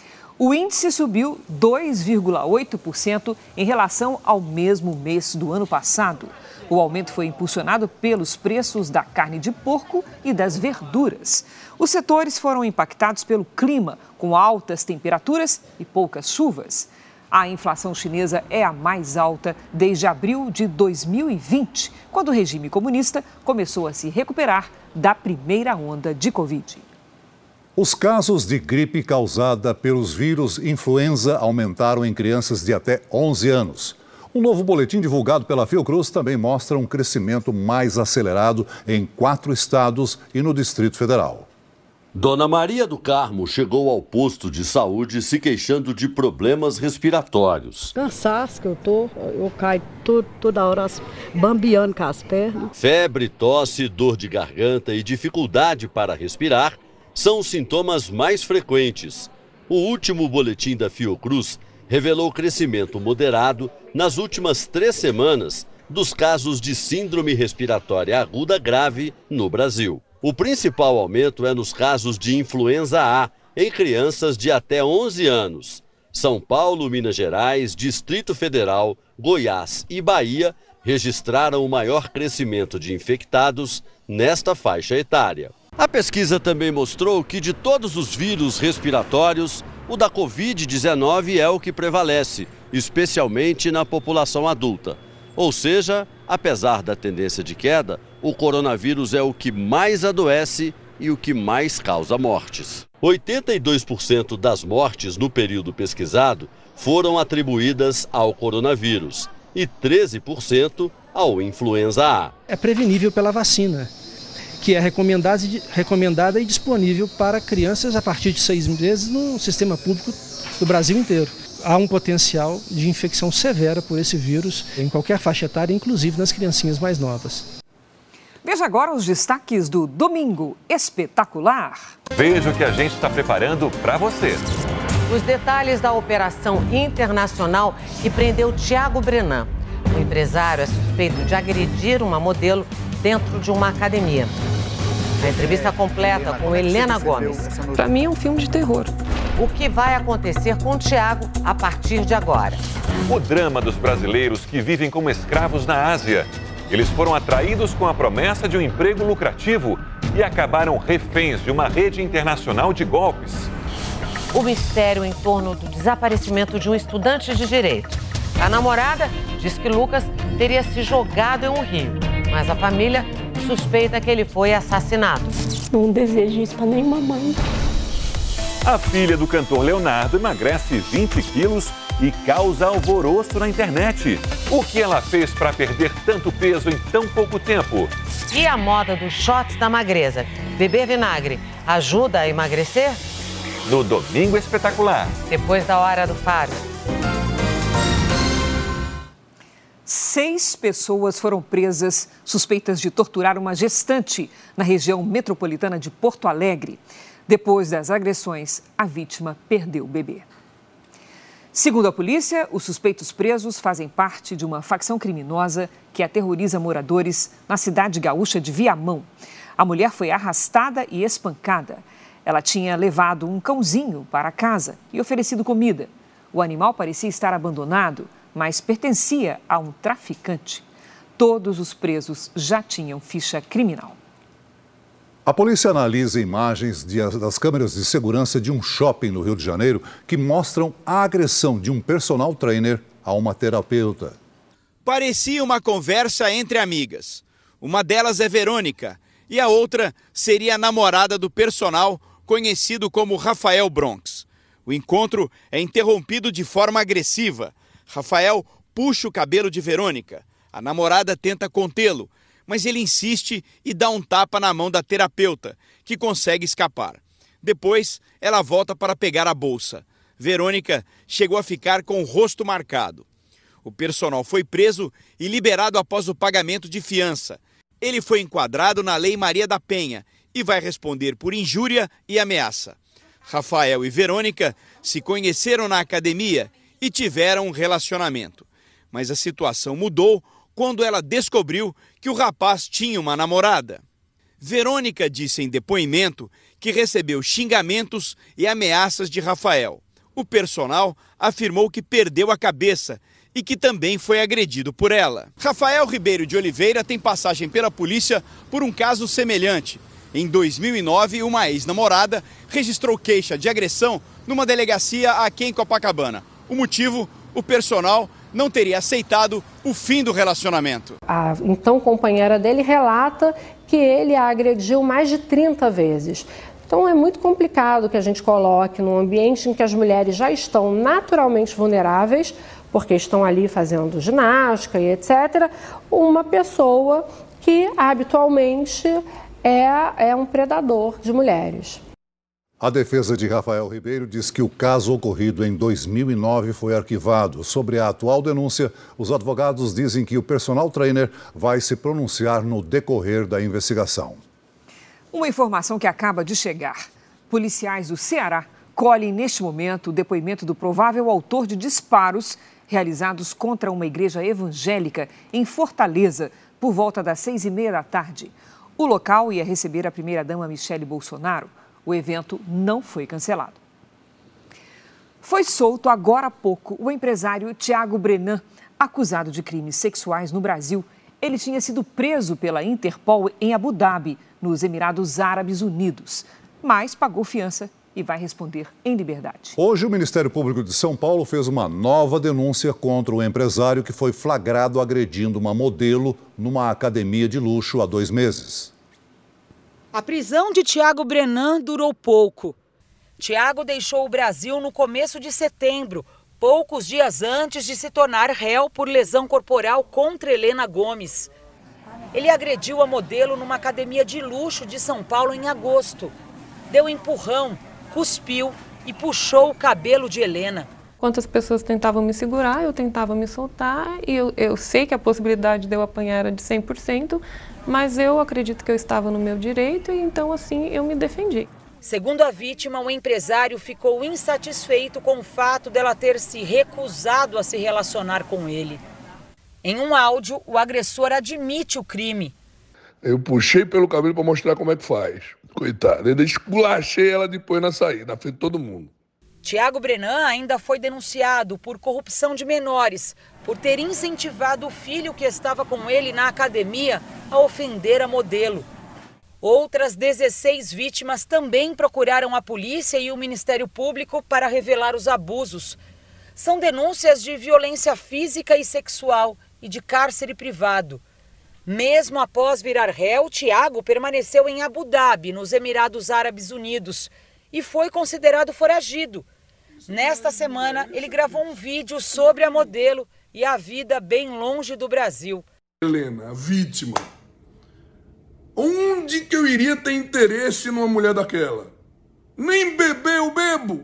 O índice subiu dois vírgula oito por cento em relação ao mesmo mês do ano passado. O aumento foi impulsionado pelos preços da carne de porco e das verduras. Os setores foram impactados pelo clima, com altas temperaturas e poucas chuvas. A inflação chinesa é a mais alta desde abril de dois mil e vinte, quando o regime comunista começou a se recuperar da primeira onda de Covid. Os casos de gripe causada pelos vírus influenza aumentaram em crianças de até onze anos. Um novo boletim divulgado pela Fiocruz também mostra um crescimento mais acelerado em quatro estados e no Distrito Federal. Dona Maria do Carmo chegou ao posto de saúde se queixando de problemas respiratórios. Cansaço que eu tô, eu caio todo, toda hora bambeando com as pernas. Febre, tosse, dor de garganta e dificuldade para respirar são os sintomas mais frequentes. O último boletim da Fiocruz revelou crescimento moderado nas últimas três semanas dos casos de síndrome respiratória aguda grave no Brasil. O principal aumento é nos casos de influenza A em crianças de até onze anos. São Paulo, Minas Gerais, Distrito Federal, Goiás e Bahia registraram o maior crescimento de infectados nesta faixa etária. A pesquisa também mostrou que de todos os vírus respiratórios, o da covid dezenove é o que prevalece, especialmente na população adulta. Ou seja, apesar da tendência de queda, o coronavírus é o que mais adoece e o que mais causa mortes. oitenta e dois por cento das mortes no período pesquisado foram atribuídas ao coronavírus e treze por cento ao influenza A. É prevenível pela vacina, que é recomendada, recomendada e disponível para crianças a partir de seis meses no sistema público do Brasil inteiro. Há um potencial de infecção severa por esse vírus em qualquer faixa etária, inclusive nas criancinhas mais novas. Veja agora os destaques do Domingo Espetacular. Veja o que a gente está preparando para você. Os detalhes da operação internacional que prendeu Thiago Brenan. O empresário é suspeito de agredir uma modelo dentro de uma academia. A entrevista completa com Helena Gomes. Para mim é um filme de terror. O que vai acontecer com o Thiago a partir de agora? O drama dos brasileiros que vivem como escravos na Ásia. Eles foram atraídos com a promessa de um emprego lucrativo e acabaram reféns de uma rede internacional de golpes. O mistério em torno do desaparecimento de um estudante de direito. A namorada diz que Lucas teria se jogado em um rio, mas a família suspeita que ele foi assassinado. Não desejo isso para nenhuma mãe. A filha do cantor Leonardo emagrece vinte quilos e causa alvoroço na internet. O que ela fez para perder tanto peso em tão pouco tempo? E a moda dos shots da magreza? Beber vinagre ajuda a emagrecer? No Domingo Espetacular. Depois da hora do faro. Seis pessoas foram presas suspeitas de torturar uma gestante na região metropolitana de Porto Alegre. Depois das agressões, a vítima perdeu o bebê. Segundo a polícia, os suspeitos presos fazem parte de uma facção criminosa que aterroriza moradores na cidade gaúcha de Viamão. A mulher foi arrastada e espancada. Ela tinha levado um cãozinho para casa e oferecido comida. O animal parecia estar abandonado, mas pertencia a um traficante. Todos os presos já tinham ficha criminal. A polícia analisa imagens de, das câmeras de segurança de um shopping no Rio de Janeiro que mostram a agressão de um personal trainer a uma terapeuta. Parecia uma conversa entre amigas. Uma delas é Verônica e a outra seria a namorada do personal conhecido como Rafael Bronx. O encontro é interrompido de forma agressiva. Rafael puxa o cabelo de Verônica. A namorada tenta contê-lo, mas ele insiste e dá um tapa na mão da terapeuta, que consegue escapar. Depois, ela volta para pegar a bolsa. Verônica chegou a ficar com o rosto marcado. O personal foi preso e liberado após o pagamento de fiança. Ele foi enquadrado na Lei Maria da Penha e vai responder por injúria e ameaça. Rafael e Verônica se conheceram na academia e tiveram um relacionamento. Mas a situação mudou quando ela descobriu que o rapaz tinha uma namorada. Verônica disse em depoimento que recebeu xingamentos e ameaças de Rafael. O personal afirmou que perdeu a cabeça e que também foi agredido por ela. Rafael Ribeiro de Oliveira tem passagem pela polícia por um caso semelhante. Em dois mil e nove, uma ex-namorada registrou queixa de agressão numa delegacia aqui em Copacabana. O motivo, o personal não teria aceitado o fim do relacionamento. A então companheira dele relata que ele a agrediu mais de trinta vezes. Então é muito complicado que a gente coloque num ambiente em que as mulheres já estão naturalmente vulneráveis, porque estão ali fazendo ginástica e etcétera, uma pessoa que habitualmente é, é um predador de mulheres. A defesa de Rafael Ribeiro diz que o caso ocorrido em dois mil e nove foi arquivado. Sobre a atual denúncia, os advogados dizem que o personal trainer vai se pronunciar no decorrer da investigação. Uma informação que acaba de chegar. Policiais do Ceará colhem neste momento o depoimento do provável autor de disparos realizados contra uma igreja evangélica em Fortaleza por volta das seis e meia da tarde. O local ia receber a primeira-dama Michele Bolsonaro. O evento não foi cancelado. Foi solto agora há pouco o empresário Tiago Brenan, acusado de crimes sexuais no Brasil. Ele tinha sido preso pela Interpol em Abu Dhabi, nos Emirados Árabes Unidos, mas pagou fiança e vai responder em liberdade. Hoje, o Ministério Público de São Paulo fez uma nova denúncia contra o empresário que foi flagrado agredindo uma modelo numa academia de luxo há dois meses. A prisão de Tiago Brenan durou pouco. Tiago deixou o Brasil no começo de setembro, poucos dias antes de se tornar réu por lesão corporal contra Helena Gomes. Ele agrediu a modelo numa academia de luxo de São Paulo em agosto. Deu empurrão, cuspiu e puxou o cabelo de Helena. Quantas pessoas tentavam me segurar, eu tentava me soltar e eu, eu sei que a possibilidade de eu apanhar era de cem por cento, mas eu acredito que eu estava no meu direito e então assim eu me defendi. Segundo a vítima, o empresário ficou insatisfeito com o fato dela ter se recusado a se relacionar com ele. Em um áudio, o agressor admite o crime. Eu puxei pelo cabelo para mostrar como é que faz. Coitada, ainda esculachei ela depois na saída, na frente de todo mundo. Tiago Brenan ainda foi denunciado por corrupção de menores, por ter incentivado o filho que estava com ele na academia a ofender a modelo. Outras dezesseis vítimas também procuraram a polícia e o Ministério Público para revelar os abusos. São denúncias de violência física e sexual e de cárcere privado. Mesmo após virar réu, Tiago permaneceu em Abu Dhabi, nos Emirados Árabes Unidos, e foi considerado foragido. Nesta semana, ele gravou um vídeo sobre a modelo e a vida bem longe do Brasil. Helena, vítima. Onde que eu iria ter interesse numa mulher daquela? Nem beber eu bebo.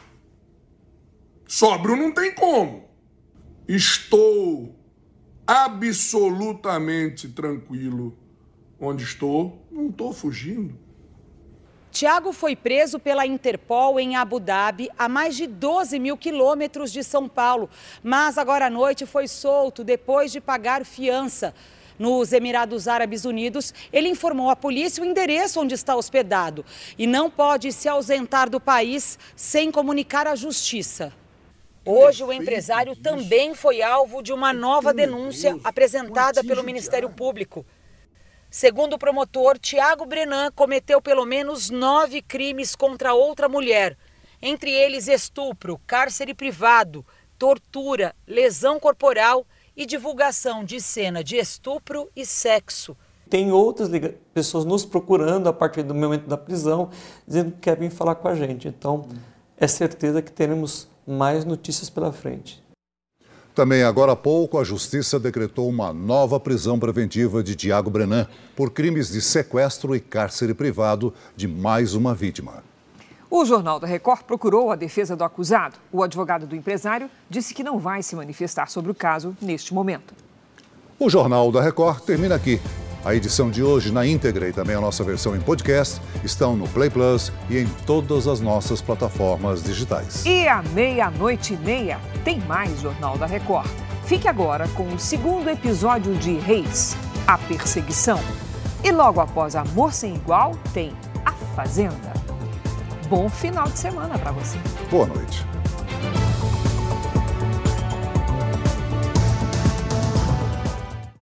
Sóbrio não tem como. Estou absolutamente tranquilo onde estou. Não estou fugindo. Tiago foi preso pela Interpol em Abu Dhabi, a mais de doze mil quilômetros de São Paulo, mas agora à noite foi solto depois de pagar fiança. Nos Emirados Árabes Unidos, ele informou à polícia o endereço onde está hospedado e não pode se ausentar do país sem comunicar à justiça. Hoje, o empresário também foi alvo de uma nova denúncia apresentada pelo Ministério Público. Segundo o promotor, Tiago Brenan cometeu pelo menos nove crimes contra outra mulher, entre eles estupro, cárcere privado, tortura, lesão corporal e divulgação de cena de estupro e sexo. Tem outras pessoas nos procurando a partir do momento da prisão, dizendo que querem vir falar com a gente. Então, é certeza que teremos mais notícias pela frente. Também agora há pouco, a Justiça decretou uma nova prisão preventiva de Tiago Brenan por crimes de sequestro e cárcere privado de mais uma vítima. O Jornal da Record procurou a defesa do acusado. O advogado do empresário disse que não vai se manifestar sobre o caso neste momento. O Jornal da Record termina aqui. A edição de hoje na íntegra e também a nossa versão em podcast estão no Play Plus e em todas as nossas plataformas digitais. E à meia-noite e meia tem mais Jornal da Record. Fique agora com o segundo episódio de Reis, A Perseguição. E logo após Amor Sem Igual tem A Fazenda. Bom final de semana para você. Boa noite.